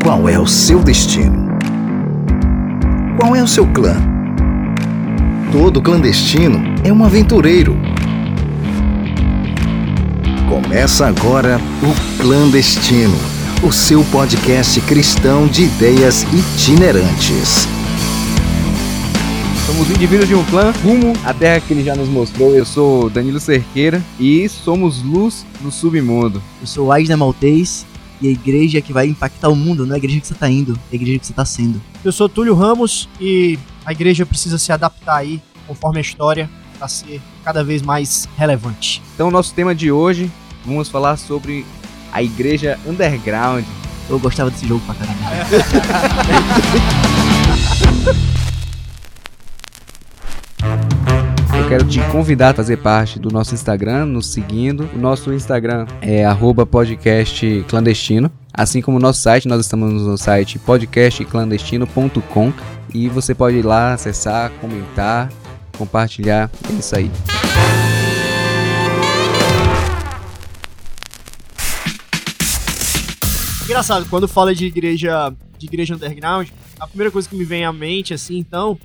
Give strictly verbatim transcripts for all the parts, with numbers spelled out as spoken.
Qual é o seu destino? Qual é o seu clã? Todo clandestino é um aventureiro. Começa agora o Clandestino, o seu podcast cristão de ideias itinerantes. Somos indivíduos de um clã rumo à terra que ele já nos mostrou. Eu sou Danilo Cerqueira e somos luz do submundo. Eu sou Aisna Maltês e a igreja que vai impactar o mundo não é a igreja que você está indo, é a igreja que você está sendo. Eu sou Túlio Ramos e a igreja precisa se adaptar aí, conforme a história, para ser cada vez mais relevante. Então, o nosso tema de hoje, vamos falar sobre a igreja underground. Eu gostava desse jogo pra caramba. Eu quero te convidar a fazer parte do nosso Instagram, nos seguindo. O nosso Instagram é arroba podcast clandestino. Assim como o nosso site, nós estamos no site podcast clandestino ponto com e você pode ir lá, acessar, comentar, compartilhar. É isso aí. Engraçado, quando fala de igreja, de igreja underground, a primeira coisa que me vem à mente, assim, então,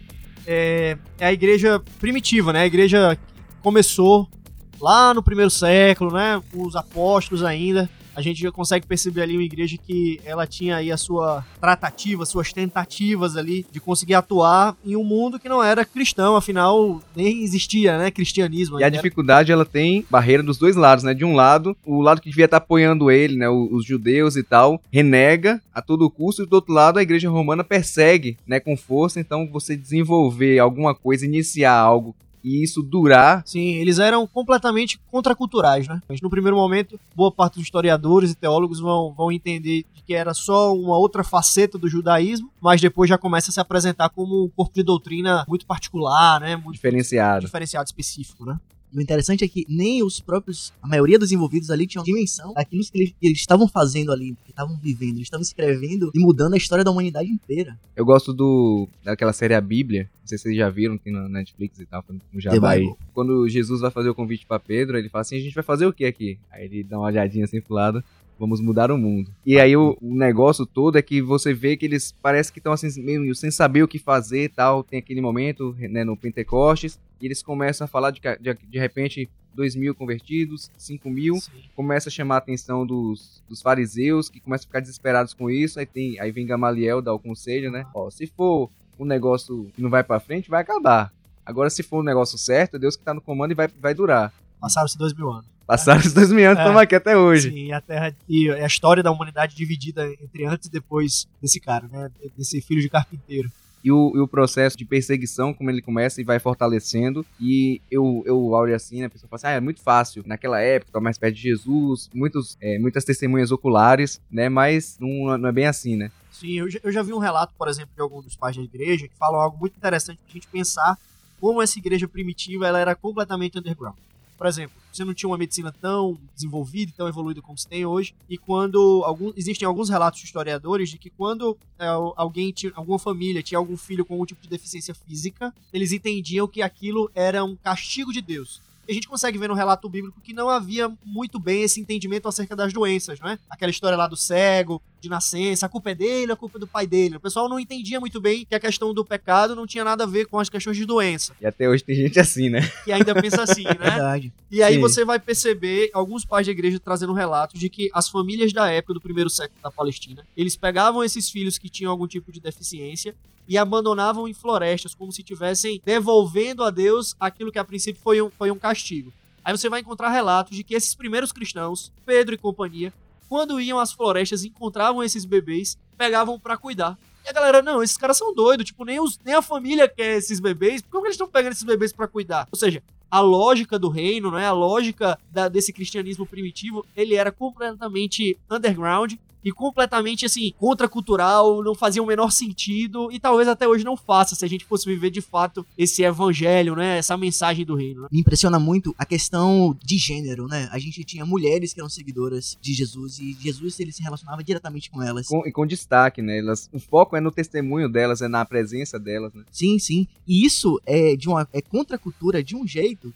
é, é a igreja primitiva, né? A igreja que começou lá no primeiro século, né? Com os apóstolos ainda. A gente já consegue perceber ali uma igreja que ela tinha aí a sua tratativa, suas tentativas ali de conseguir atuar em um mundo que não era cristão, afinal nem existia, né, cristianismo. E a dificuldade, ela tem barreira dos dois lados, né? De um lado, o lado que devia estar apoiando ele, né, os, os judeus e tal, renega a todo custo, e do outro lado a igreja romana persegue, né, com força. Então você desenvolver alguma coisa, iniciar algo e isso durar... Sim, eles eram completamente contraculturais, né? Mas no primeiro momento, boa parte dos historiadores e teólogos vão, vão entender que era só uma outra faceta do judaísmo, mas depois já começa a se apresentar como um corpo de doutrina muito particular, né? Muito diferenciado. Diferenciado, específico, né? E o interessante é que nem os próprios, a maioria dos envolvidos ali tinham dimensão daquilo que eles, que eles estavam fazendo ali, que estavam vivendo, eles estavam escrevendo e mudando a história da humanidade inteira. Eu gosto do daquela série A Bíblia, não sei se vocês já viram, tem na Netflix e tal, no Jabai. Quando Jesus vai fazer o convite pra Pedro, ele fala assim, a gente vai fazer o que aqui? Aí ele dá uma olhadinha assim pro lado. Vamos mudar o mundo. E aí o, o negócio todo é que você vê que eles parece que estão assim, meio sem saber o que fazer e tal. Tem aquele momento, né, no Pentecostes, e eles começam a falar de, de, de repente, dois mil convertidos, cinco mil. Sim. Começa a chamar a atenção dos, dos fariseus, que começam a ficar desesperados com isso. Aí, tem, aí vem Gamaliel dar o conselho, né? Ó, se for um negócio que não vai pra frente, vai acabar. Agora, se for um negócio certo, é Deus que tá no comando e vai, vai durar. Passaram-se dois mil anos. Passaram os dois mil anos, estamos é, aqui até hoje. Sim, a Terra e a história da humanidade dividida entre antes e depois desse cara, né? Desse filho de carpinteiro. E o, e o processo de perseguição, como ele começa e vai fortalecendo. E eu, eu olho assim, né, a pessoa fala assim, ah, é muito fácil. Naquela época, tá mais perto de Jesus, muitos, é, muitas testemunhas oculares, né? Mas não, não é bem assim, né? Sim, eu já, eu já vi um relato, por exemplo, de alguns dos pais da igreja que falam algo muito interessante pra gente pensar como essa igreja primitiva ela era completamente underground. Por exemplo, você não tinha uma medicina tão desenvolvida e tão evoluída como se tem hoje, e quando algum, existem alguns relatos de historiadores de que quando é, alguém tinha, alguma família tinha algum filho com algum tipo de deficiência física, eles entendiam que aquilo era um castigo de Deus. E a gente consegue ver no relato bíblico que não havia muito bem esse entendimento acerca das doenças, não é? Aquela história lá do cego, de nascença, a culpa é dele, a culpa é do pai dele. O pessoal não entendia muito bem que a questão do pecado não tinha nada a ver com as questões de doença. E até hoje tem gente assim, né? Que ainda pensa assim, né? Verdade. E aí Sim. Você vai perceber alguns pais da igreja trazendo relatos de que as famílias da época do primeiro século da Palestina, eles pegavam esses filhos que tinham algum tipo de deficiência e abandonavam em florestas, como se estivessem devolvendo a Deus aquilo que a princípio foi um, foi um castigo. Aí você vai encontrar relatos de que esses primeiros cristãos, Pedro e companhia, quando iam às florestas e encontravam esses bebês, pegavam pra cuidar. E a galera, não, esses caras são doidos, tipo, nem, os, nem a família quer esses bebês, por que eles estão pegando esses bebês pra cuidar? Ou seja, a lógica do reino, né, a lógica da, desse cristianismo primitivo, ele era completamente underground e completamente, assim, contracultural, não fazia o menor sentido e talvez até hoje não faça, se a gente fosse viver de fato esse evangelho, né, essa mensagem do reino. Né? Me impressiona muito a questão de gênero, né? A gente tinha mulheres que eram seguidoras de Jesus e Jesus, ele se relacionava diretamente com elas. Com, e com destaque, né? Elas, o foco é no testemunho delas, é na presença delas, né? Sim, sim. E isso é de uma é contracultura de um jeito que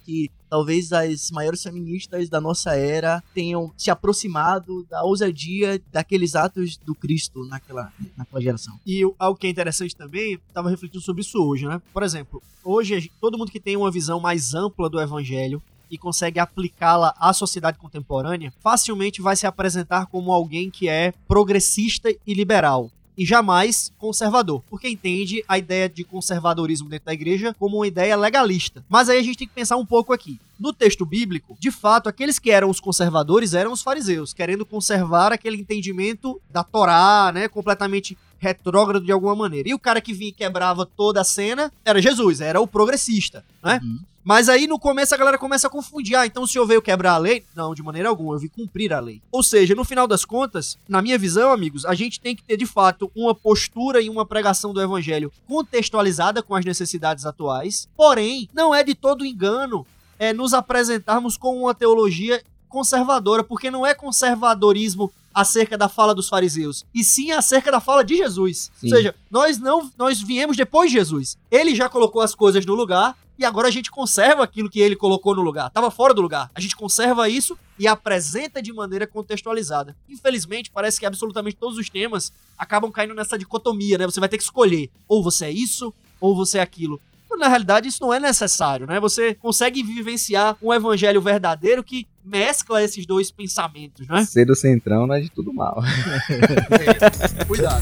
talvez as maiores feministas da nossa era tenham se aproximado da ousadia daqueles atos do Cristo naquela, naquela geração. E algo que é interessante também, eu tava refletindo sobre isso hoje, né? Por exemplo, hoje todo mundo que tem uma visão mais ampla do evangelho e consegue aplicá-la à sociedade contemporânea, facilmente vai se apresentar como alguém que é progressista e liberal, e jamais conservador, porque entende a ideia de conservadorismo dentro da igreja como uma ideia legalista. Mas aí a gente tem que pensar um pouco aqui. No texto bíblico, de fato, aqueles que eram os conservadores eram os fariseus, querendo conservar aquele entendimento da Torá, né, completamente retrógrado de alguma maneira. E o cara que vinha e quebrava toda a cena era Jesus, era o progressista, né? Uhum. Mas aí no começo a galera começa a confundir. Ah, então o senhor veio quebrar a lei? Não, de maneira alguma, eu vim cumprir a lei. Ou seja, no final das contas, na minha visão, amigos, a gente tem que ter de fato uma postura e uma pregação do evangelho contextualizada com as necessidades atuais. Porém, não é de todo engano é, nos apresentarmos com uma teologia conservadora, porque não é conservadorismo acerca da fala dos fariseus, e sim acerca da fala de Jesus. Sim. Ou seja, nós não, nós viemos depois de Jesus. Ele já colocou as coisas no lugar, e agora a gente conserva aquilo que ele colocou no lugar. Estava fora do lugar. A gente conserva isso e apresenta de maneira contextualizada. Infelizmente, parece que absolutamente todos os temas acabam caindo nessa dicotomia, né? Você vai ter que escolher, ou você é isso, ou você é aquilo. Mas, na realidade, isso não é necessário, né? Você consegue vivenciar um evangelho verdadeiro que mescla esses dois pensamentos, né? Ser do centrão não é de tudo mal. É, cuidado.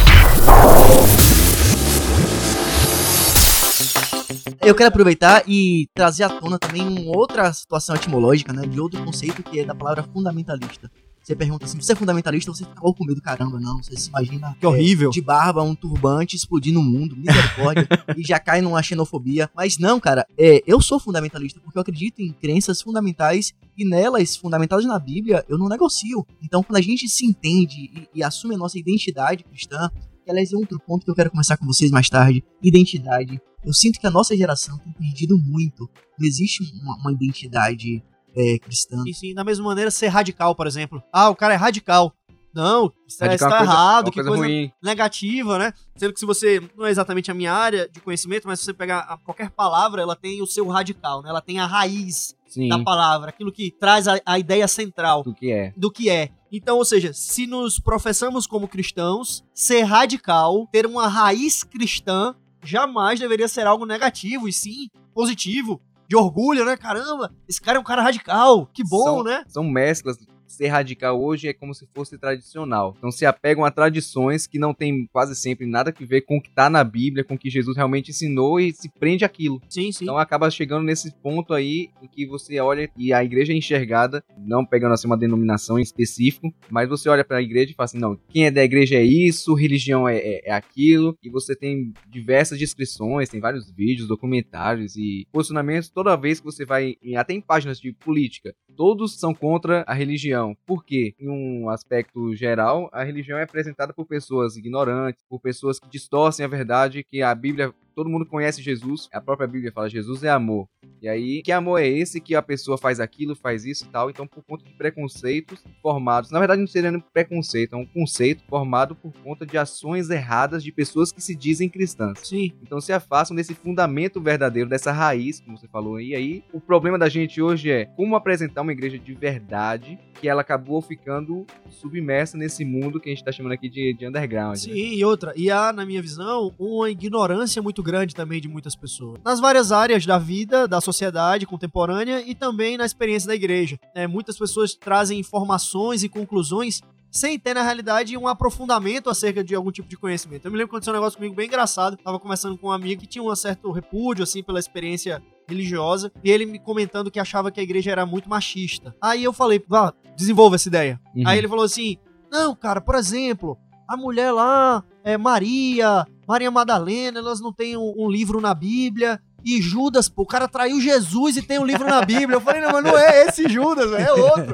Eu quero aproveitar e trazer à tona também uma outra situação etimológica, né? De outro conceito que é da palavra fundamentalista. Você pergunta assim, você é fundamentalista, você fica com medo, caramba, não. Você se imagina que horrível. É, de barba, um turbante explodindo o mundo, misericórdia, e já cai numa xenofobia. Mas não, cara, é, eu sou fundamentalista porque eu acredito em crenças fundamentais e nelas, fundamentadas na Bíblia, eu não negocio. Então, quando a gente se entende e, e assume a nossa identidade cristã, que aliás é outro ponto que eu quero conversar com vocês mais tarde, identidade. Eu sinto que a nossa geração tem perdido muito. Não existe uma, uma identidade é, cristã. E sim, da mesma maneira, ser radical, por exemplo. Ah, o cara é radical. Não, isso radical está coisa, errado, coisa que coisa ruim. Negativa, né? Sendo que se você, não é exatamente a minha área de conhecimento, mas se você pegar qualquer palavra, ela tem o seu radical, né? Ela tem a raiz sim. da palavra, aquilo que traz a, a ideia central do que é. Do que é. Então, ou seja, se nos professamos como cristãos, ser radical, ter uma raiz cristã, jamais deveria ser algo negativo, e sim positivo, de orgulho, né? Caramba, esse cara é um cara radical, que bom, são, né? São mesclas. Ser radical hoje é como se fosse tradicional. Então se apegam a tradições que não tem quase sempre nada a ver com o que está na Bíblia, com o que Jesus realmente ensinou e se prende àquilo. Sim, sim. Então acaba chegando nesse ponto aí em que você olha e a igreja é enxergada, não pegando assim uma denominação em específico, mas você olha para a igreja e fala assim, não, quem é da igreja é isso, religião é, é, é aquilo, e você tem diversas descrições, tem vários vídeos, documentários e posicionamentos toda vez que você vai, em, até em páginas de política, todos são contra a religião. Porque, em um aspecto geral, a religião é apresentada por pessoas ignorantes, por pessoas que distorcem a verdade, que a Bíblia, todo mundo conhece Jesus, a própria Bíblia fala, Jesus é amor. E aí, que amor é esse que a pessoa faz aquilo, faz isso e tal? Então, por conta de preconceitos formados, na verdade não seria nem preconceito, é um conceito formado por conta de ações erradas de pessoas que se dizem cristãs. Sim. Então se afastam desse fundamento verdadeiro, dessa raiz, como você falou. E aí, o problema da gente hoje é como apresentar uma igreja de verdade, que ela acabou ficando submersa nesse mundo que a gente tá chamando aqui de, de underground. Sim, né? E outra, e há, na minha visão, uma ignorância muito grande também de muitas pessoas. Nas várias áreas da vida, da sociedade contemporânea e também na experiência da igreja. É, muitas pessoas trazem informações e conclusões sem ter, na realidade, um aprofundamento acerca de algum tipo de conhecimento. Eu me lembro que aconteceu um negócio comigo bem engraçado. Tava conversando com um amigo que tinha um certo repúdio, assim, pela experiência religiosa, e ele me comentando que achava que a igreja era muito machista. Aí eu falei, vá, desenvolva essa ideia. Uhum. Aí ele falou assim, não, cara, por exemplo, a mulher lá, é, Maria, Maria Madalena, elas não têm um, um livro na Bíblia, e Judas, pô, o cara traiu Jesus e tem um livro na Bíblia. Eu falei, não, mas não é esse Judas, é outro.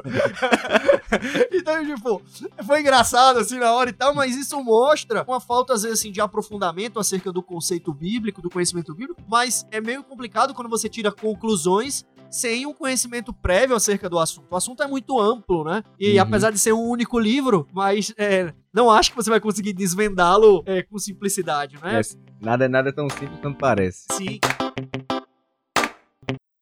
Então, tipo, foi engraçado assim na hora e tal, mas isso mostra uma falta, às vezes, assim, de aprofundamento acerca do conceito bíblico, do conhecimento bíblico, mas é meio complicado quando você tira conclusões sem um conhecimento prévio acerca do assunto. O assunto é muito amplo, né? E uhum. apesar de ser um único livro, mas é, não acho que você vai conseguir desvendá-lo é, com simplicidade, né? É, nada, nada é tão simples quanto parece. Sim.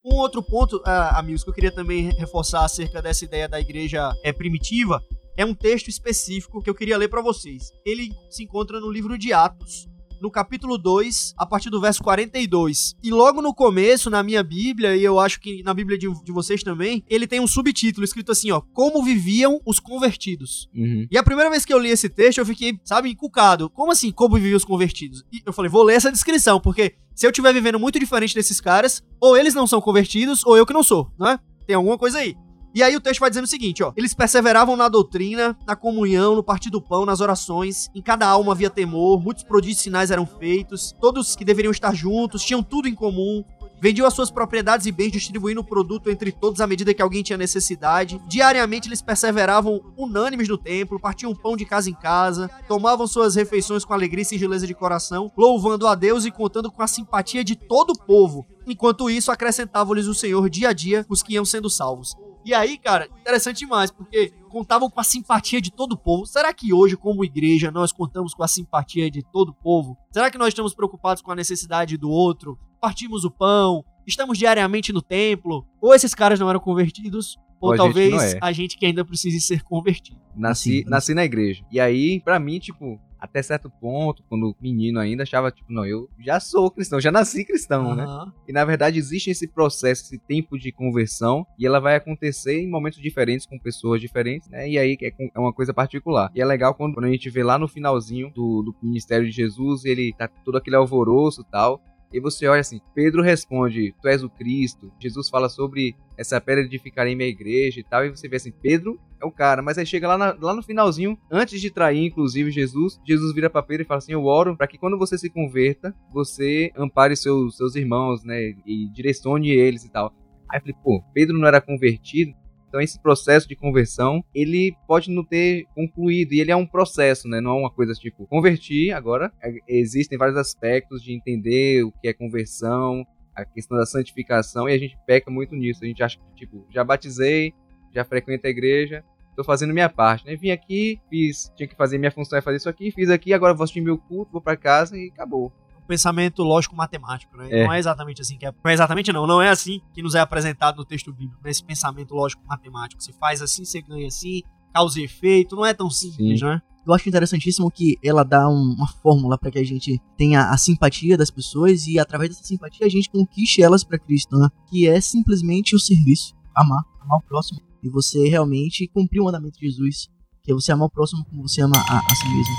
Um outro ponto, ah, amigos, que eu queria também reforçar acerca dessa ideia da igreja é, primitiva, é um texto específico que eu queria ler para vocês. Ele se encontra no livro de Atos, no capítulo dois, a partir do verso quarenta e dois. E logo no começo, na minha Bíblia, e eu acho que na Bíblia de, de vocês também, ele tem um subtítulo escrito assim, ó, Como viviam os convertidos. Uhum. E a primeira vez que eu li esse texto, eu fiquei, sabe, encucado. Como assim, como viviam os convertidos? E eu falei, vou ler essa descrição, porque se eu estiver vivendo muito diferente desses caras, ou eles não são convertidos, ou eu que não sou, não é? Tem alguma coisa aí. E aí o texto vai dizendo o seguinte, ó. Eles perseveravam na doutrina, na comunhão, no partir do pão, nas orações. Em cada alma havia temor, muitos prodígios e sinais eram feitos. Todos que deveriam estar juntos, tinham tudo em comum. Vendiam as suas propriedades e bens, distribuindo o produto entre todos à medida que alguém tinha necessidade. Diariamente eles perseveravam unânimes no templo, partiam pão de casa em casa, tomavam suas refeições com alegria e singeleza de coração, louvando a Deus e contando com a simpatia de todo o povo. Enquanto isso, acrescentava-lhes o Senhor dia a dia os que iam sendo salvos. E aí, cara, interessante demais, porque contavam com a simpatia de todo o povo. Será que hoje, como igreja, nós contamos com a simpatia de todo o povo? Será que nós estamos preocupados com a necessidade do outro? Partimos o pão? Estamos diariamente no templo? Ou esses caras não eram convertidos? Ou, ou talvez a gente, é. a gente que ainda precise ser convertido. Nasci, assim, nasci na igreja. E aí, pra mim, tipo, até certo ponto, quando menino ainda, achava, tipo, não, eu já sou cristão, já nasci cristão, uhum. né? E na verdade existe esse processo, esse tempo de conversão, e ela vai acontecer em momentos diferentes, com pessoas diferentes, né? E aí é uma coisa particular. E é legal quando, quando a gente vê lá no finalzinho do, do ministério de Jesus, ele tá todo aquele alvoroço e tal, e você olha assim, Pedro responde, tu és o Cristo, Jesus fala sobre essa pedra edificarei minha igreja e tal, e você vê assim, Pedro é o cara, mas aí chega lá, na, lá no finalzinho, antes de trair inclusive Jesus, Jesus vira pra Pedro e fala assim, eu oro pra que quando você se converta, você ampare seus, seus irmãos, né, e direcione eles e tal. Aí eu falei, pô, Pedro não era convertido? Então esse processo de conversão, ele pode não ter concluído, e ele é um processo, né? Não é uma coisa tipo, converti, agora existem vários aspectos de entender o que é conversão, a questão da santificação, e a gente peca muito nisso. A gente acha que, tipo, já batizei, já frequento a igreja, tô fazendo minha parte, né? Vim aqui, fiz, tinha que fazer minha função, é fazer isso aqui, fiz aqui, agora vou assistir meu culto, vou pra casa e acabou. Pensamento lógico-matemático, né? É. Não é exatamente assim que é. Não é exatamente não, não é assim que nos é apresentado no texto bíblico, né? Esse pensamento lógico-matemático. Você faz assim, você ganha assim, causa e efeito, não é tão simples, Sim. né? Eu acho interessantíssimo que ela dá um, uma fórmula para que a gente tenha a simpatia das pessoas e através dessa simpatia a gente conquiste elas para Cristo, né? Que é simplesmente o serviço, amar, amar o próximo. E você realmente cumprir o mandamento de Jesus, que é você amar o próximo como você ama a, a si mesmo.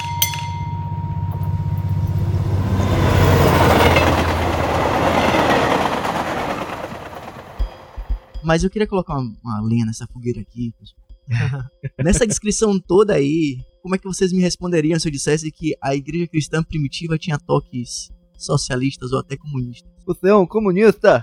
Mas eu queria colocar uma, uma lenha nessa fogueira aqui. Nessa descrição toda aí, como é que vocês me responderiam se eu dissesse que a igreja cristã primitiva tinha toques socialistas ou até comunistas? Você é um comunista?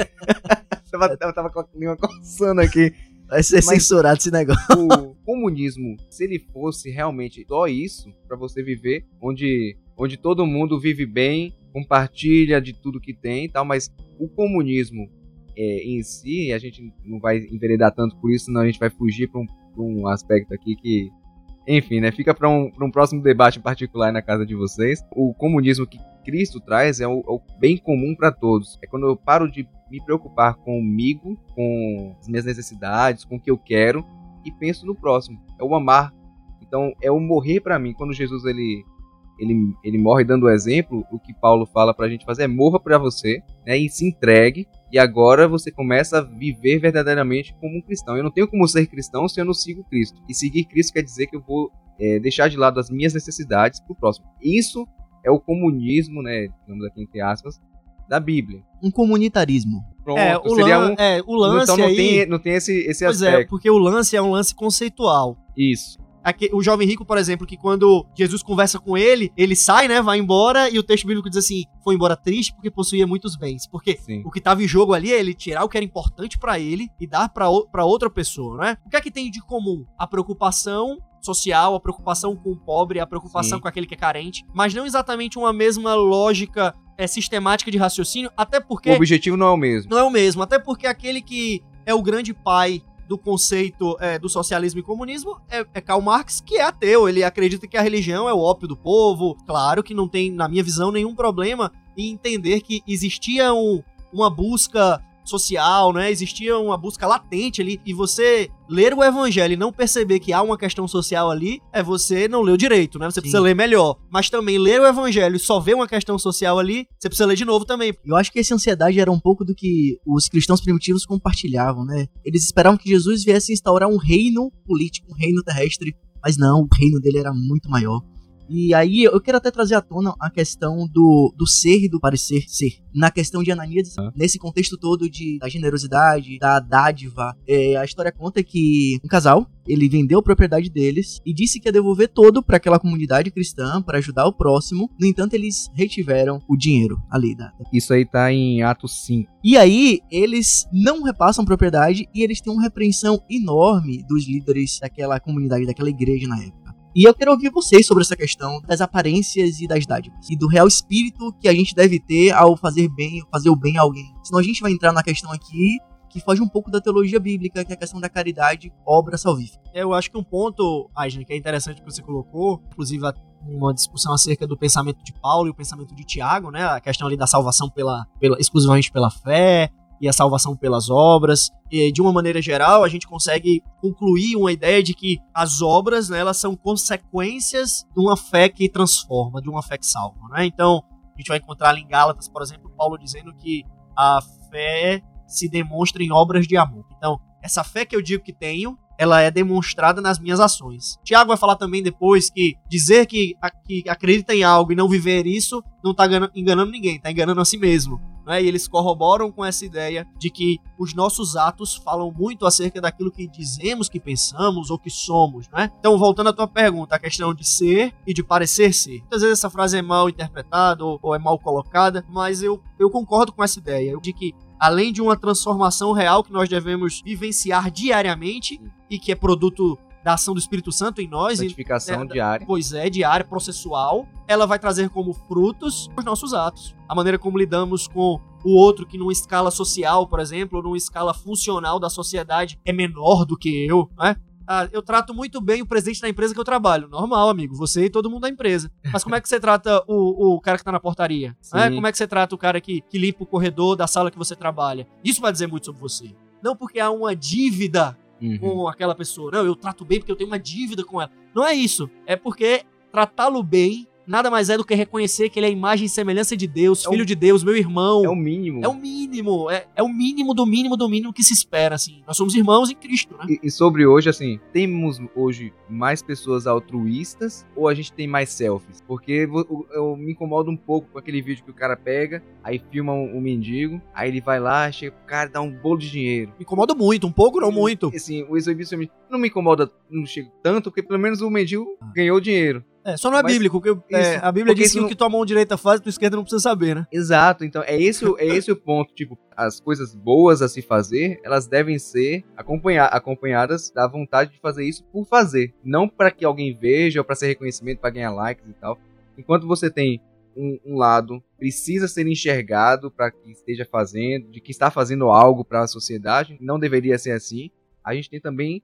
Eu tava com a língua coçando aqui. Vai ser Mas censurado esse negócio. O comunismo, se ele fosse realmente só isso, pra você viver, onde, onde todo mundo vive bem, compartilha de tudo que tem e tal, mas o comunismo É, em si, a gente não vai enveredar tanto por isso, senão a gente vai fugir para um, um aspecto aqui que, enfim, né, fica para um, um próximo debate em particular na casa de vocês. O comunismo que Cristo traz é o, é o bem comum para todos. É quando eu paro de me preocupar comigo, com as minhas necessidades, com o que eu quero, e penso no próximo. É o amar. Então, é o morrer para mim. Quando Jesus ele, ele, ele morre dando o exemplo, o que Paulo fala para a gente fazer é morra para você, né, e se entregue. E agora você começa a viver verdadeiramente como um cristão. Eu não tenho como ser cristão se eu não sigo Cristo. E seguir Cristo quer dizer que eu vou é, deixar de lado as minhas necessidades para o próximo. Isso é o comunismo, né, digamos aqui entre aspas, da Bíblia. Um comunitarismo. Pronto, é, o seria lan- um... é, o lance então não, aí... tem, não tem esse, esse pois aspecto. É, porque o lance é um lance conceitual. Isso. Aqui, o jovem rico, por exemplo, que quando Jesus conversa com ele, ele sai, né, vai embora, e o texto bíblico diz assim, foi embora triste porque possuía muitos bens. Porque Sim. o que estava em jogo ali é ele tirar o que era importante pra ele e dar pra, o, pra outra pessoa, né? O que é que tem de comum? A preocupação social, a preocupação com o pobre, a preocupação Sim. com aquele que é carente, mas não exatamente uma mesma lógica é, sistemática de raciocínio, até porque... O objetivo não é o mesmo. Não é o mesmo, até porque aquele que é o grande pai do conceito é, do socialismo e comunismo é, é Karl Marx, que é ateu. Ele acredita que a religião é o ópio do povo. Claro que não tem, na minha visão, nenhum problema em entender que existia um, uma busca social, né? Existia uma busca latente ali, e você ler o evangelho e não perceber que há uma questão social ali, é você não leu direito, né? Você Sim. precisa ler melhor. Mas também ler o evangelho e só ver uma questão social ali, você precisa ler de novo também. Eu acho que essa ansiedade era um pouco do que os cristãos primitivos compartilhavam, né? Eles esperavam que Jesus viesse instaurar um reino político, um reino terrestre, mas não, o reino dele era muito maior. E aí eu quero até trazer à tona a questão do, do ser e do parecer ser. Na questão de Ananias, ah. nesse contexto todo de, da generosidade, da dádiva, é, a história conta que um casal, ele vendeu a propriedade deles e disse que ia devolver todo para aquela comunidade cristã, para ajudar o próximo. No entanto, eles retiveram o dinheiro ali. Da... Isso aí tá em Atos cinco. E aí, eles não repassam propriedade e eles têm uma repreensão enorme dos líderes daquela comunidade, daquela igreja na época. E eu quero ouvir vocês sobre essa questão das aparências e das dádivas. E do real espírito que a gente deve ter ao fazer bem, fazer o bem a alguém. Senão a gente vai entrar na questão aqui que foge um pouco da teologia bíblica, que é a questão da caridade, obra salvífica. Eu acho que um ponto, Aisne, que é interessante que você colocou, inclusive uma discussão acerca do pensamento de Paulo e o pensamento de Tiago, né? A questão ali da salvação pela, pela, exclusivamente pela fé, e a salvação pelas obras. E, de uma maneira geral, a gente consegue concluir uma ideia de que as obras, né, elas são consequências de uma fé que transforma, de uma fé que salva, né? Então, a gente vai encontrar ali em Gálatas, por exemplo, Paulo dizendo que a fé se demonstra em obras de amor. Então, essa fé que eu digo que tenho, ela é demonstrada nas minhas ações. Tiago vai falar também depois que dizer que, que acredita em algo e não viver isso não está enganando ninguém, está enganando a si mesmo. Né? E eles corroboram com essa ideia de que os nossos atos falam muito acerca daquilo que dizemos que pensamos ou que somos. Né? Então, voltando à tua pergunta, a questão de ser e de parecer ser. Muitas vezes essa frase é mal interpretada ou, ou é mal colocada, mas eu, eu concordo com essa ideia de que, além de uma transformação real que nós devemos vivenciar diariamente e que é produto da ação do Espírito Santo em nós, santificação é, diária. Pois é, diária, processual, ela vai trazer como frutos os nossos atos. A maneira como lidamos com o outro que numa escala social, por exemplo, ou numa escala funcional da sociedade é menor do que eu, né? Ah, eu trato muito bem o presidente da empresa que eu trabalho. Normal, amigo. Você e todo mundo da empresa. Mas como é que você trata o, o cara que tá na portaria? Né? Como é que você trata o cara que, que limpa o corredor da sala que você trabalha? Isso vai dizer muito sobre você. Não porque há uma dívida uhum. com aquela pessoa. Não, eu trato bem porque eu tenho uma dívida com ela. Não é isso. É porque tratá-lo bem nada mais é do que reconhecer que ele é a imagem e semelhança de Deus, é filho o... de Deus, meu irmão. É o mínimo. É o mínimo. É, é o mínimo do mínimo do mínimo que se espera, assim. Nós somos irmãos em Cristo, né? E, e sobre hoje, assim, temos hoje mais pessoas altruístas ou a gente tem mais selfies? Porque eu, eu me incomodo um pouco com aquele vídeo que o cara pega, aí filma um, um mendigo, aí ele vai lá, chega pro cara, dá um bolo de dinheiro. Me incomoda muito, um pouco não muito. E, assim, o exibicionismo não me incomoda, não chega tanto, porque pelo menos o mendigo ganhou dinheiro. É, só não é Mas, bíblico, porque é, a Bíblia diz que não... o que tua mão direita faz, tua esquerda não precisa saber, né? Exato, então é esse, é esse o ponto, tipo, as coisas boas a se fazer, elas devem ser acompanha- acompanhadas da vontade de fazer isso por fazer, não para que alguém veja ou para ser reconhecimento, para ganhar likes e tal. Enquanto você tem um, um lado, precisa ser enxergado para que esteja fazendo, de que está fazendo algo para a sociedade, não deveria ser assim. A gente tem também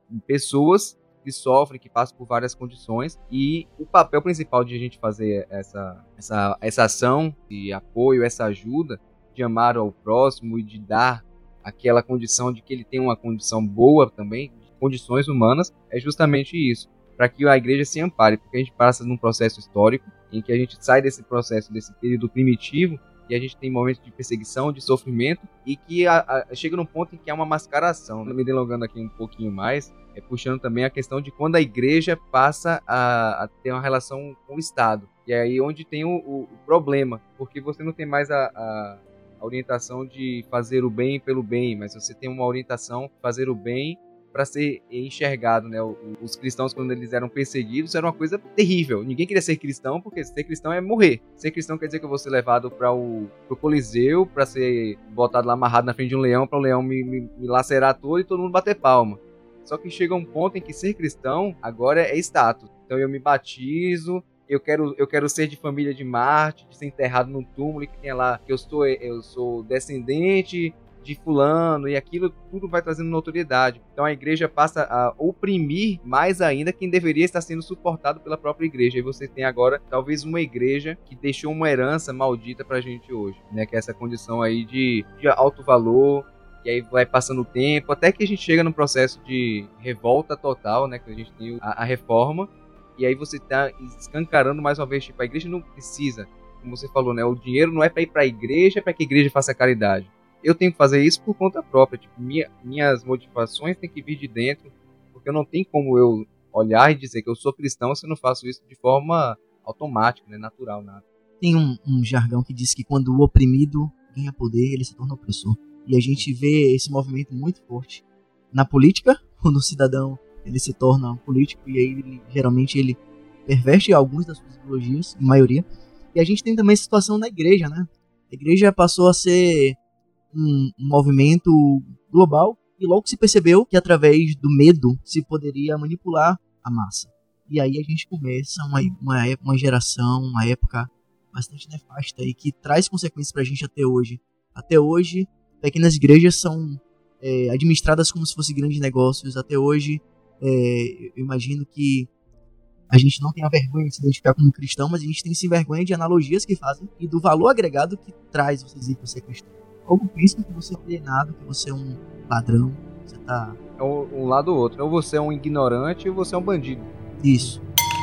pessoas que sofrem, que passam por várias condições, e o papel principal de a gente fazer essa, essa, essa ação de apoio, essa ajuda, de amar ao próximo e de dar aquela condição de que ele tem uma condição boa também, condições humanas, é justamente isso, para que a igreja se ampare, porque a gente passa num processo histórico em que a gente sai desse processo, desse período primitivo, e a gente tem momentos de perseguição, de sofrimento, e que a, a, chega num ponto em que há uma mascaração. Me delongando aqui um pouquinho mais, é puxando também a questão de quando a igreja passa a, a ter uma relação com o Estado. E é aí onde tem o, o, o problema, porque você não tem mais a, a, a orientação de fazer o bem pelo bem, mas você tem uma orientação de fazer o bem para ser enxergado, né? Os cristãos, quando eles eram perseguidos, era uma coisa terrível. Ninguém queria ser cristão, porque ser cristão é morrer. Ser cristão quer dizer que eu vou ser levado para o pro Coliseu, para ser botado lá amarrado na frente de um leão, para o leão me, me, me lacerar todo e todo mundo bater palma. Só que chega um ponto em que ser cristão agora é status. Então eu me batizo, eu quero, eu quero ser de família de Marte, de ser enterrado num túmulo que tenha lá que eu sou, eu sou descendente de fulano, e aquilo tudo vai trazendo notoriedade. Então a igreja passa a oprimir mais ainda quem deveria estar sendo suportado pela própria igreja. E você tem agora talvez uma igreja que deixou uma herança maldita pra gente hoje, né? Que é essa condição aí de, de alto valor, e aí vai passando o tempo, até que a gente chega num processo de revolta total, né? Que a gente tem a, a reforma, e aí você tá escancarando mais uma vez, tipo, a igreja não precisa, como você falou, né? O dinheiro não é para ir para a igreja, é para que a igreja faça caridade. Eu tenho que fazer isso por conta própria. Tipo, minha, minhas motivações têm que vir de dentro, porque eu não tenho como eu olhar e dizer que eu sou cristão se eu não faço isso de forma automática, né? Natural, nada. Tem um, um jargão que diz que quando o oprimido ganha poder, ele se torna opressor. E a gente vê esse movimento muito forte na política, quando o cidadão ele se torna um político, e aí ele, geralmente ele perverte algumas das suas ideologias, em maioria. E a gente tem também a situação na igreja, né? A igreja passou a ser um, um movimento global, e logo se percebeu que através do medo se poderia manipular a massa. E aí a gente começa uma, uma, uma geração, uma época bastante nefasta e que traz consequências pra gente até hoje. Até hoje, pequenas igrejas são é, administradas como se fossem grandes negócios. Até hoje, é, eu imagino que a gente não tem a vergonha de se identificar como cristão, mas a gente tem sim vergonha de analogias que fazem e do valor agregado que traz você dizer que você é cristão. Ou pensam que você é alienado, que você é um ladrão, você tá... É um, um lado ou outro. Ou você é um ignorante ou você é um bandido. Isso.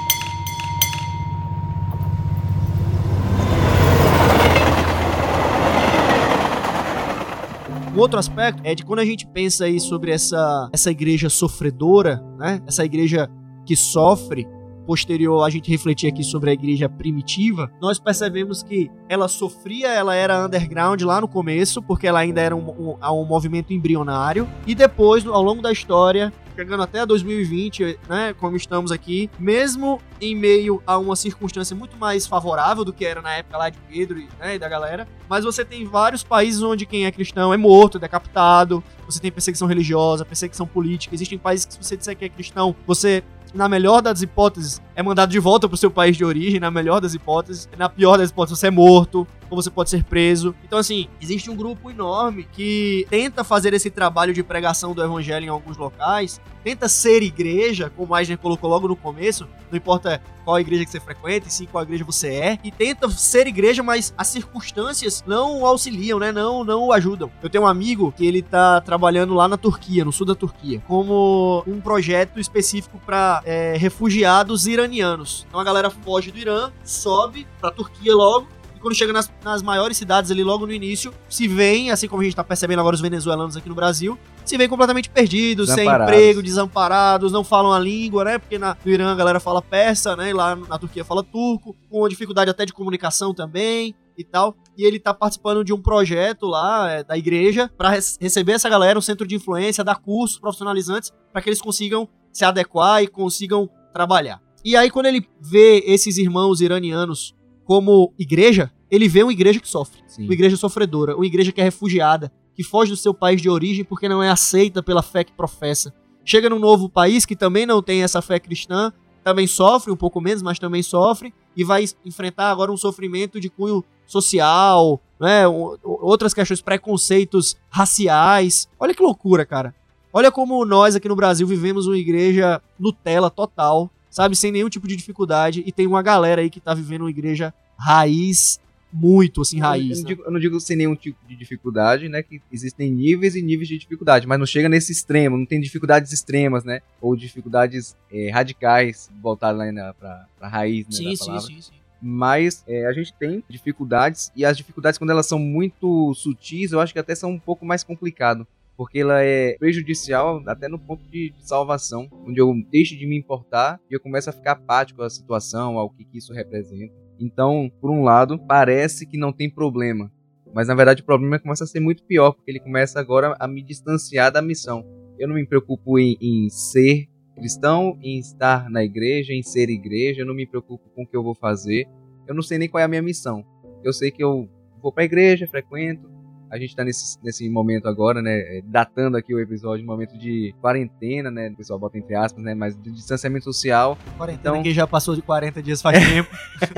Um outro aspecto é de quando a gente pensa aí sobre essa, essa igreja sofredora, né? Essa igreja que sofre, posterior a gente refletir aqui sobre a igreja primitiva, nós percebemos que ela sofria, ela era underground lá no começo, porque ela ainda era um, um, um movimento embrionário, e depois, ao longo da história, chegando até dois mil e vinte, né, como estamos aqui, mesmo em meio a uma circunstância muito mais favorável do que era na época lá de Pedro e, né, e da galera, mas você tem vários países onde quem é cristão é morto, é decapitado, você tem perseguição religiosa, perseguição política, existem países que se você disser que é cristão, você... na melhor das hipóteses, é mandado de volta pro seu país de origem, na melhor das hipóteses. Na pior das hipóteses, você é morto, ou você pode ser preso. Então, assim, existe um grupo enorme que tenta fazer esse trabalho de pregação do evangelho em alguns locais, tenta ser igreja, como a Eisner colocou logo no começo, não importa qual igreja que você frequenta, e sim qual igreja você é, e tenta ser igreja, mas as circunstâncias não o auxiliam, né, não, não o ajudam. Eu tenho um amigo que ele tá trabalhando lá na Turquia, no sul da Turquia, como um projeto específico para é, refugiados iranianos. Então a galera foge do Irã, sobe pra Turquia logo, quando chega nas, nas maiores cidades ali logo no início, se veem, assim como a gente tá percebendo agora os venezuelanos aqui no Brasil, se veem completamente perdidos, sem emprego, desamparados, não falam a língua, né? Porque na, no Irã a galera fala persa, né? E lá na Turquia fala turco, com dificuldade até de comunicação também e tal. E ele tá participando de um projeto lá é, da igreja para res- receber essa galera, um centro de influência, dar cursos profissionalizantes para que eles consigam se adequar e consigam trabalhar. E aí quando ele vê esses irmãos iranianos como igreja, ele vê uma igreja que sofre, Sim. uma igreja sofredora, uma igreja que é refugiada, que foge do seu país de origem porque não é aceita pela fé que professa. Chega num novo país que também não tem essa fé cristã, também sofre, um pouco menos, mas também sofre, e vai enfrentar agora um sofrimento de cunho social, né, outras questões, preconceitos raciais. Olha que loucura, cara. Olha como nós aqui no Brasil vivemos uma igreja Nutella total, sabe, sem nenhum tipo de dificuldade, e tem uma galera aí que tá vivendo uma igreja raiz, muito assim, raiz. Eu não, né? digo, eu não digo sem nenhum tipo de dificuldade, né, que existem níveis e níveis de dificuldade, mas não chega nesse extremo, não tem dificuldades extremas, né, ou dificuldades é, radicais, voltadas lá na, pra, pra raiz, né, sim, da sim, palavra. sim, sim. Mas é, a gente tem dificuldades, e as dificuldades, quando elas são muito sutis, eu acho que até são um pouco mais complicado. Porque ela é prejudicial até no ponto de, de salvação, onde eu deixo de me importar e eu começo a ficar apático à situação, ao que, que isso representa. Então, por um lado, parece que não tem problema, mas na verdade o problema começa a ser muito pior, porque ele começa agora a me distanciar da missão. Eu não me preocupo em, em ser cristão, em estar na igreja, em ser igreja, eu não me preocupo com o que eu vou fazer, eu não sei nem qual é a minha missão. Eu sei que eu vou para a igreja, frequento. A gente tá nesse, nesse momento agora, né, datando aqui o episódio, um momento de quarentena, né, o pessoal bota entre aspas, né, mas de distanciamento social. Quarentena então... que já passou de quarenta dias faz tempo.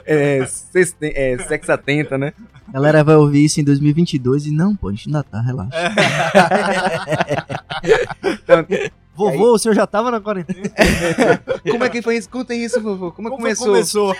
é, sexten, é, sexatenta, né? A galera vai ouvir isso em dois mil e vinte e dois e não, pô, a gente ainda tá, relaxa. Então, Vovô, aí... o senhor já tava na quarentena? Como é que foi isso? Contem isso, vovô. Como, Como começou? começou?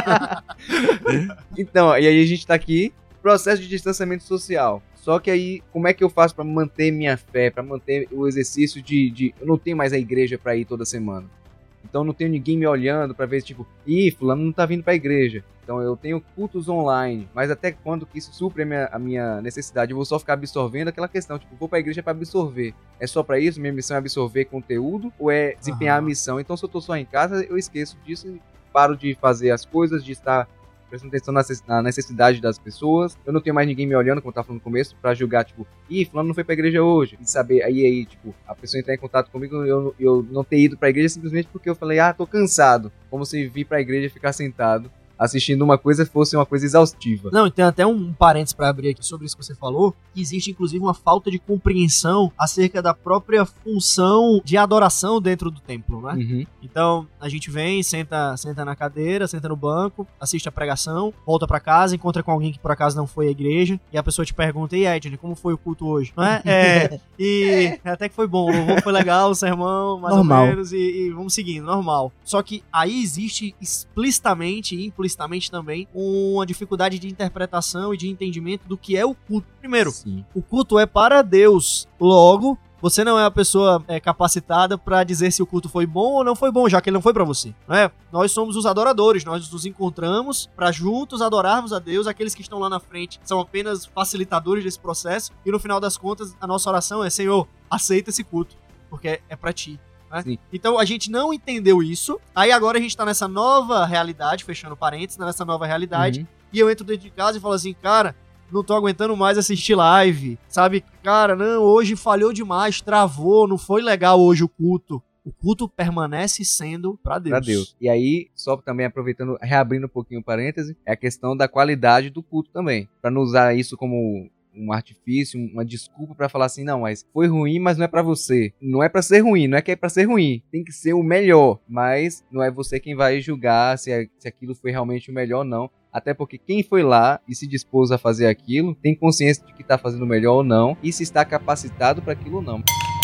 Então, e aí a gente tá aqui, processo de distanciamento social. Só que aí, como é que eu faço pra manter minha fé, pra manter o exercício de... de... Eu não tenho mais a igreja pra ir toda semana. Então não tenho ninguém me olhando pra ver, tipo, ih, fulano não tá vindo pra igreja. Então eu tenho cultos online, mas até quando que isso supre a minha, a minha necessidade? Eu vou só ficar absorvendo aquela questão, tipo, vou pra igreja pra absorver. É só pra isso? Minha missão é absorver conteúdo ou é desempenhar uhum. a missão? Então se eu tô só em casa, eu esqueço disso e paro de fazer as coisas, de estar prestando atenção na necessidade das pessoas. Eu não tenho mais ninguém me olhando, como eu tava falando no começo, pra julgar, tipo, ih, fulano não foi pra igreja hoje. E saber, aí, aí, tipo, a pessoa entrar em contato comigo, eu, eu não ter ido pra igreja simplesmente porque eu falei, ah, tô cansado. Como se vir pra igreja e ficar sentado assistindo uma coisa fosse uma coisa exaustiva. Não, tem até um parênteses pra abrir aqui sobre isso que você falou, que existe inclusive uma falta de compreensão acerca da própria função de adoração dentro do templo, né? Uhum. Então, a gente vem, senta, senta na cadeira, senta no banco, assiste a pregação, volta pra casa, encontra com alguém que por acaso não foi à igreja, e a pessoa te pergunta, e aí, Edney, como foi o culto hoje? Não é? É, e até que foi bom, o louvor foi legal, o sermão, mais normal. ou menos, e, e vamos seguindo, normal. Só que aí existe explicitamente e implicitamente também uma dificuldade de interpretação e de entendimento do que é o culto. Primeiro, Sim. o culto é para Deus. Logo, você não é a pessoa é, capacitada para dizer se o culto foi bom ou não foi bom, já que ele não foi para você. Não é? Nós somos os adoradores, nós nos encontramos para juntos adorarmos a Deus. Aqueles que estão lá na frente são apenas facilitadores desse processo. E no final das contas, a nossa oração é: Senhor, aceita esse culto, porque é para ti. Né? Então a gente não entendeu isso. Aí agora a gente tá nessa nova realidade, fechando parênteses, nessa nova realidade. Uhum. E eu entro dentro de casa e falo assim, cara, não tô aguentando mais assistir live, sabe? Cara, não, hoje falhou demais, travou, não foi legal hoje o culto. O culto permanece sendo pra Deus. Pra Deus. E aí, só também aproveitando, reabrindo um pouquinho o parêntese, é a questão da qualidade do culto também. Pra não usar isso como um artifício, uma desculpa pra falar assim, não, mas foi ruim, mas não é pra você. Não é pra ser ruim, não é que é pra ser ruim. Tem que ser o melhor, mas não é você quem vai julgar se, é, se aquilo foi realmente o melhor ou não. Até porque quem foi lá e se dispôs a fazer aquilo, tem consciência de que tá fazendo o melhor ou não, e se está capacitado para aquilo ou não.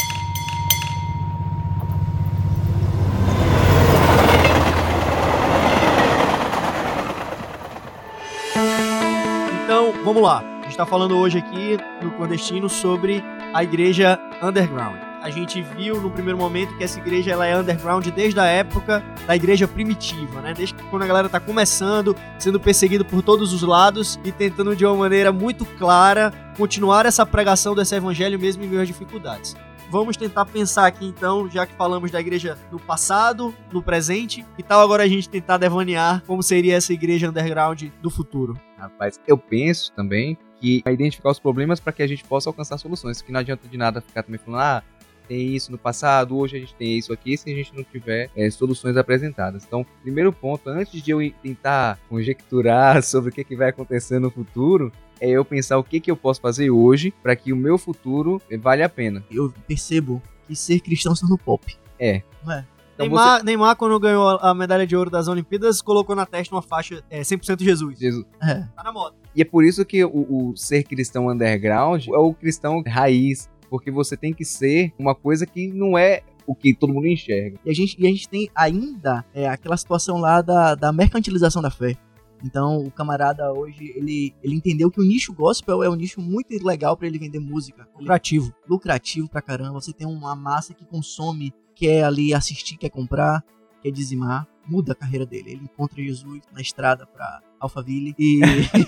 Então, vamos lá. A gente tá falando hoje aqui no Clandestino sobre a igreja underground. A gente viu no primeiro momento que essa igreja ela é underground desde a época da igreja primitiva, né? Desde que quando a galera tá começando, sendo perseguido por todos os lados e tentando de uma maneira muito clara continuar essa pregação desse evangelho mesmo em meio às dificuldades. Vamos tentar pensar aqui então, já que falamos da igreja no passado, no presente, que tal agora a gente tentar devanear como seria essa igreja underground do futuro? Rapaz, eu penso também que é identificar os problemas para que a gente possa alcançar soluções, que não adianta de nada ficar também falando, ah, tem isso no passado, hoje a gente tem isso aqui, se a gente não tiver é, soluções apresentadas. Então, primeiro ponto, antes de eu tentar conjecturar sobre o que, que vai acontecer no futuro, é eu pensar o que, que eu posso fazer hoje para que o meu futuro valha a pena. Eu percebo que ser cristão está no pop. É. Não é? Então Neymar, você... Neymar, quando ganhou a medalha de ouro das Olimpíadas, colocou na testa uma faixa é, cem por cento Jesus. Jesus. É. Tá na moda. E é por isso que o, o ser cristão underground é o cristão raiz, porque você tem que ser uma coisa que não é o que todo mundo enxerga. E a gente, e a gente tem ainda é, aquela situação lá da, da mercantilização da fé. Então o camarada hoje, ele, ele entendeu que o nicho gospel é um nicho muito legal pra ele vender música. Lucrativo. Lucrativo pra caramba. Você tem uma massa que consome, quer ali assistir, quer comprar, quer dizimar. Muda a carreira dele. Ele encontra Jesus na estrada pra Alphaville e...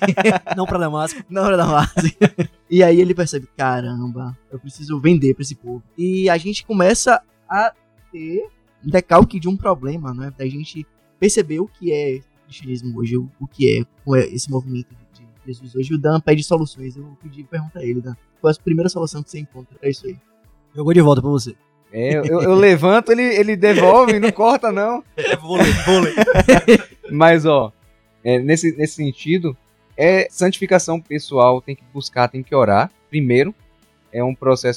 não pra Damasco. Não pra Damasco. E aí ele percebe, caramba, eu preciso vender pra esse povo. E a gente começa a ter um decalque de um problema, né? Da gente perceber o que é cristianismo hoje, o, o que é esse movimento de Jesus hoje. O Dan pede soluções. Eu pedi pergunta a ele, Dan. Qual é a primeira solução que você encontra pra isso aí? Jogou de volta pra você. É, eu, eu levanto, ele, ele devolve, não corta não. É vôlei, vôlei. Mas, ó, é, nesse, nesse sentido, é santificação pessoal, tem que buscar, tem que orar. Primeiro, é um processo que não,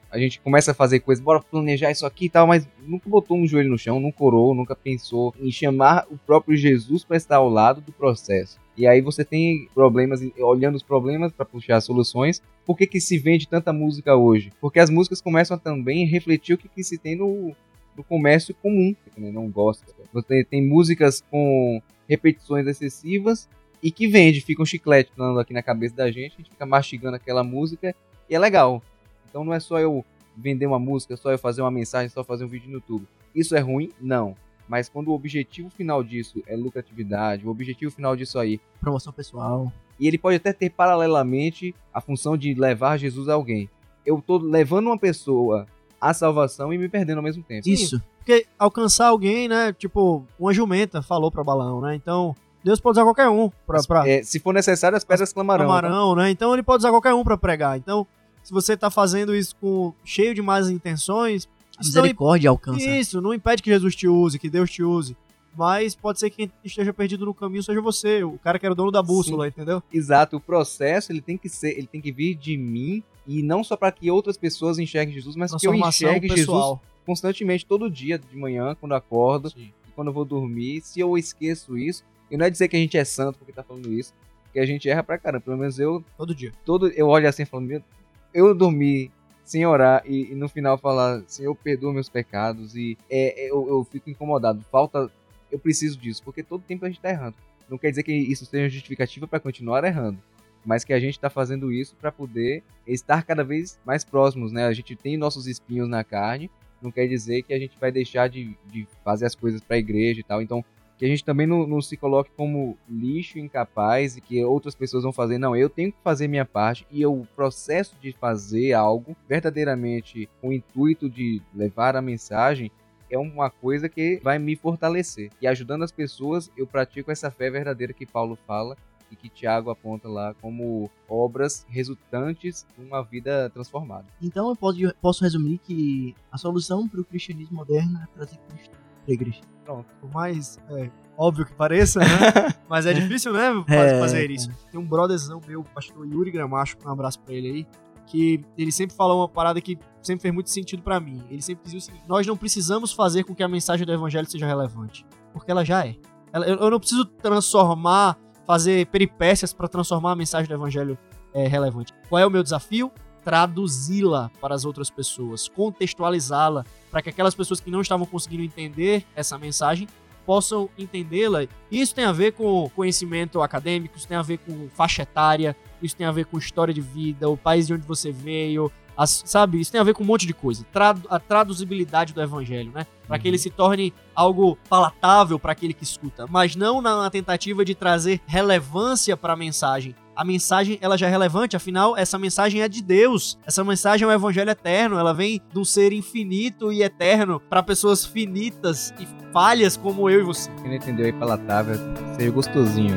a gente começa a fazer coisas, bora planejar isso aqui e tal, mas nunca botou um joelho no chão, nunca orou, nunca pensou em chamar o próprio Jesus para estar ao lado do processo. E aí você tem problemas, olhando os problemas para puxar soluções. Por que que se vende tanta música hoje? Porque as músicas começam a também refletir o que, que se tem no, no comércio comum, que não gosta. Você tem músicas com repetições excessivas e que vende, fica um chiclete falando aqui na cabeça da gente, a gente fica mastigando aquela música e é legal. Então não é só eu vender uma música, só eu fazer uma mensagem, só fazer um vídeo no YouTube. Isso é ruim? Não. Mas quando o objetivo final disso é lucratividade, o objetivo final disso aí... promoção pessoal. E ele pode até ter paralelamente a função de levar Jesus a alguém. Eu tô levando uma pessoa à salvação e me perdendo ao mesmo tempo. Isso. Sim, porque alcançar alguém, né? Tipo, uma jumenta falou pra Balão, né? Então, Deus pode usar qualquer um pra... pra... É, se for necessário, as pedras clamarão. Clamarão, né? Então ele pode usar qualquer um pra pregar. Então, se você tá fazendo isso com cheio de más intenções... A misericórdia alcança. Isso, não impede que Jesus te use, que Deus te use. Mas pode ser que quem esteja perdido no caminho seja você, o cara que era o dono da bússola, Sim. entendeu? Exato, o processo ele tem que ser, ele tem que vir de mim, e não só para que outras pessoas enxerguem Jesus, mas que eu enxergue pessoal. Jesus constantemente, todo dia, de manhã, quando eu acordo, Sim. e quando eu vou dormir. Se eu esqueço isso, e não é dizer que a gente é santo porque tá falando isso, porque a gente erra pra caramba, pelo menos eu... Todo dia. Todo, eu olho assim falando, meu, eu dormi sem orar e, e no final falar, Senhor, perdoa meus pecados, e é, eu, eu fico incomodado, falta... Eu preciso disso, porque todo tempo a gente tá errando. Não quer dizer que isso seja justificativa para continuar errando, mas que a gente tá fazendo isso para poder estar cada vez mais próximos, né? A gente tem nossos espinhos na carne, não quer dizer que a gente vai deixar de, de fazer as coisas para a igreja e tal. Então, que a gente também não, não se coloque como lixo incapaz e que outras pessoas vão fazer. Não, eu tenho que fazer minha parte, e o processo de fazer algo verdadeiramente com o intuito de levar a mensagem é uma coisa que vai me fortalecer. E ajudando as pessoas, eu pratico essa fé verdadeira que Paulo fala e que Tiago aponta lá como obras resultantes de uma vida transformada. Então eu posso, posso resumir que a solução para o cristianismo moderno é trazer Cristo para a igreja. Pronto. Por mais é, óbvio que pareça, né? Mas é difícil, né? É, fazer isso. É. Tem um brotherzão meu, o pastor Yuri Gramacho, um abraço pra ele aí, que ele sempre falou uma parada que sempre fez muito sentido pra mim. Ele sempre dizia o seguinte: nós não precisamos fazer com que a mensagem do evangelho seja relevante, porque ela já é. Ela, eu, eu não preciso transformar, fazer peripécias pra transformar a mensagem do evangelho é, relevante. Qual é o meu desafio? Traduzi-la para as outras pessoas, contextualizá-la, para que aquelas pessoas que não estavam conseguindo entender essa mensagem possam entendê-la. Isso tem a ver com conhecimento acadêmico, isso tem a ver com faixa etária, isso tem a ver com história de vida, o país de onde você veio, as, sabe? Isso tem a ver com um monte de coisa. Tradu- a traduzibilidade do evangelho, né? Para uhum. que ele se torne algo palatável para aquele que escuta, mas não na tentativa de trazer relevância para a mensagem. A mensagem, ela já é relevante, afinal, essa mensagem é de Deus. Essa mensagem é o evangelho eterno, ela vem de um ser infinito e eterno para pessoas finitas e falhas como eu e você. Quem não entendeu aí palatável, seja gostosinho.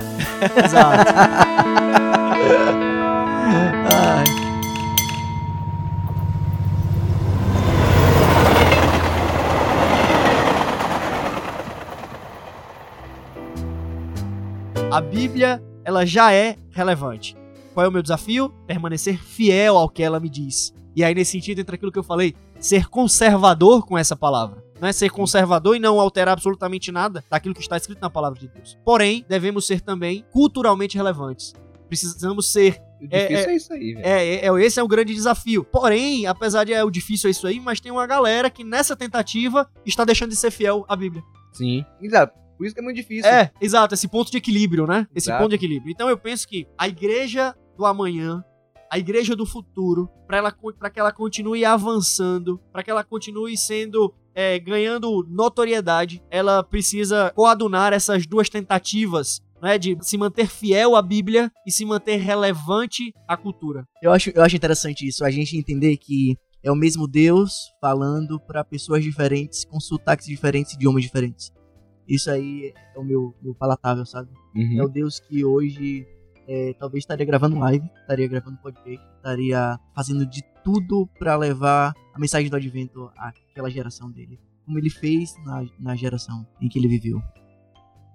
Exato. Ai. A Bíblia, ela já é relevante. Qual é o meu desafio? Permanecer fiel ao que ela me diz. E aí, nesse sentido, entra aquilo que eu falei, ser conservador com essa palavra. Não é ser conservador e não alterar absolutamente nada daquilo que está escrito na palavra de Deus. Porém, devemos ser também culturalmente relevantes. Precisamos ser... O difícil é, é, é isso aí, velho. É, é, é, esse é o grande desafio. Porém, apesar de é, o difícil é isso aí, mas tem uma galera que nessa tentativa está deixando de ser fiel à Bíblia. Sim, exato. Por isso que é muito difícil. É, exato, esse ponto de equilíbrio, né? Esse Exato. ponto de equilíbrio. Então eu penso que a igreja do amanhã, a igreja do futuro, para ela, para que ela continue avançando, para que ela continue sendo, é, ganhando notoriedade, ela precisa coadunar essas duas tentativas, né, de se manter fiel à Bíblia e se manter relevante à cultura. Eu acho, eu acho interessante isso, a gente entender que é o mesmo Deus falando para pessoas diferentes, com sotaques diferentes, idiomas diferentes. Isso aí é o meu, meu palatável, sabe? Uhum. É o Deus que hoje é, talvez estaria gravando live, estaria gravando podcast, estaria fazendo de tudo para levar a mensagem do advento àquela geração dele, como ele fez na, na geração em que ele viveu.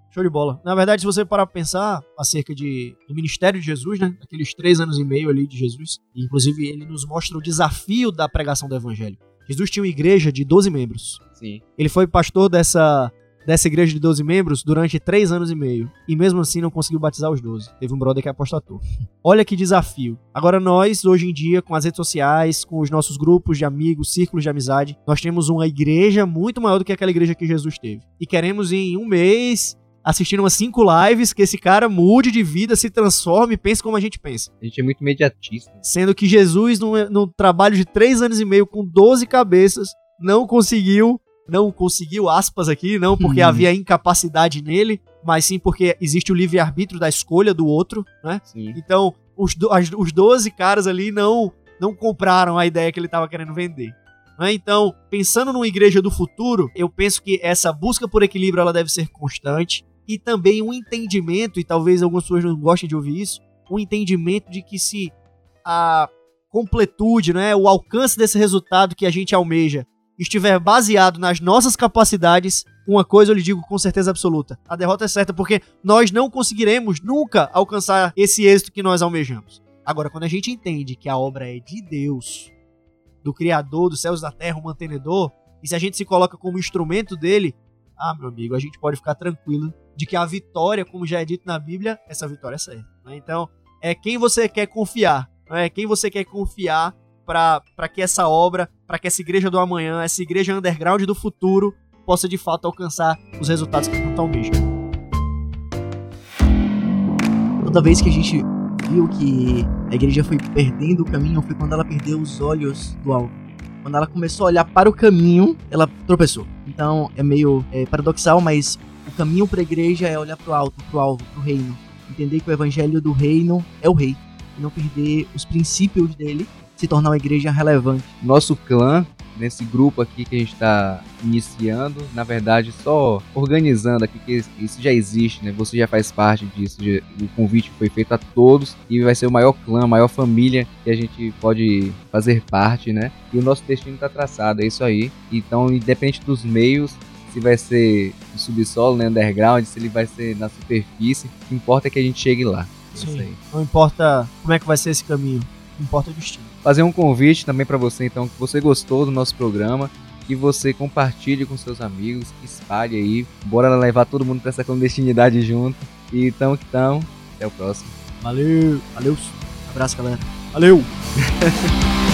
Show de bola. Na verdade, se você parar pra pensar acerca de, do ministério de Jesus, né? Aqueles três anos e meio ali de Jesus, e inclusive ele nos mostra o desafio da pregação do evangelho. Jesus tinha uma igreja de doze membros. Sim. Ele foi pastor dessa, dessa igreja de doze membros durante três anos e meio. E mesmo assim não conseguiu batizar os doze. Teve um brother que apostatou. Olha que desafio. Agora nós, hoje em dia, com as redes sociais, com os nossos grupos de amigos, círculos de amizade, nós temos uma igreja muito maior do que aquela igreja que Jesus teve. E queremos em um mês assistir umas cinco lives que esse cara mude de vida, se transforme e pense como a gente pensa. A gente é muito imediatista. Sendo que Jesus, num, num trabalho de três anos e meio com doze cabeças, não conseguiu, não conseguiu, aspas aqui, não porque hum. havia incapacidade nele, mas sim porque existe o livre-arbítrio da escolha do outro, né? Sim. Então, os, do, as, os doze caras ali não, não compraram a ideia que ele estava querendo vender. Né? Então, pensando numa igreja do futuro, eu penso que essa busca por equilíbrio ela deve ser constante. E também um entendimento, e talvez algumas pessoas não gostem de ouvir isso, um entendimento de que se a completude, né, o alcance desse resultado que a gente almeja estiver baseado nas nossas capacidades, uma coisa eu lhe digo com certeza absoluta: a derrota é certa, porque nós não conseguiremos nunca alcançar esse êxito que nós almejamos. Agora, quando a gente entende que a obra é de Deus, do Criador dos céus e da terra, o mantenedor, e se a gente se coloca como instrumento dele, ah, meu amigo, a gente pode ficar tranquilo de que a vitória, como já é dito na Bíblia, essa vitória é certa. Né? Então, é quem você quer confiar, é quem você quer confiar para que essa obra, para que essa igreja do amanhã, essa igreja underground do futuro, possa de fato alcançar os resultados que tanto almejam. Toda vez que a gente viu que a igreja foi perdendo o caminho, foi quando ela perdeu os olhos do alvo. Quando ela começou a olhar para o caminho, ela tropeçou. Então é meio é, paradoxal, mas o caminho para a igreja é olhar para o alto, para o alvo, para o reino. Entender que o evangelho do reino é o rei. E não perder os princípios dele, se tornar uma igreja relevante. Nosso clã, nesse grupo aqui que a gente está iniciando, na verdade só organizando aqui, que isso já existe, né? Você já faz parte disso, já, o convite foi feito a todos e vai ser o maior clã, a maior família que a gente pode fazer parte, né? E o nosso destino está traçado, é isso aí. Então, independente dos meios, se vai ser no subsolo, né, underground, se ele vai ser na superfície, o que importa é que a gente chegue lá. Sim, isso aí. Não importa como é que vai ser esse caminho, o que importa é o destino. Fazer um convite também para você, então, que você gostou do nosso programa, que você compartilhe com seus amigos, espalhe aí, bora levar todo mundo para essa clandestinidade junto. E então que então, até o próximo. Valeu, Valeu, abraço galera. Valeu!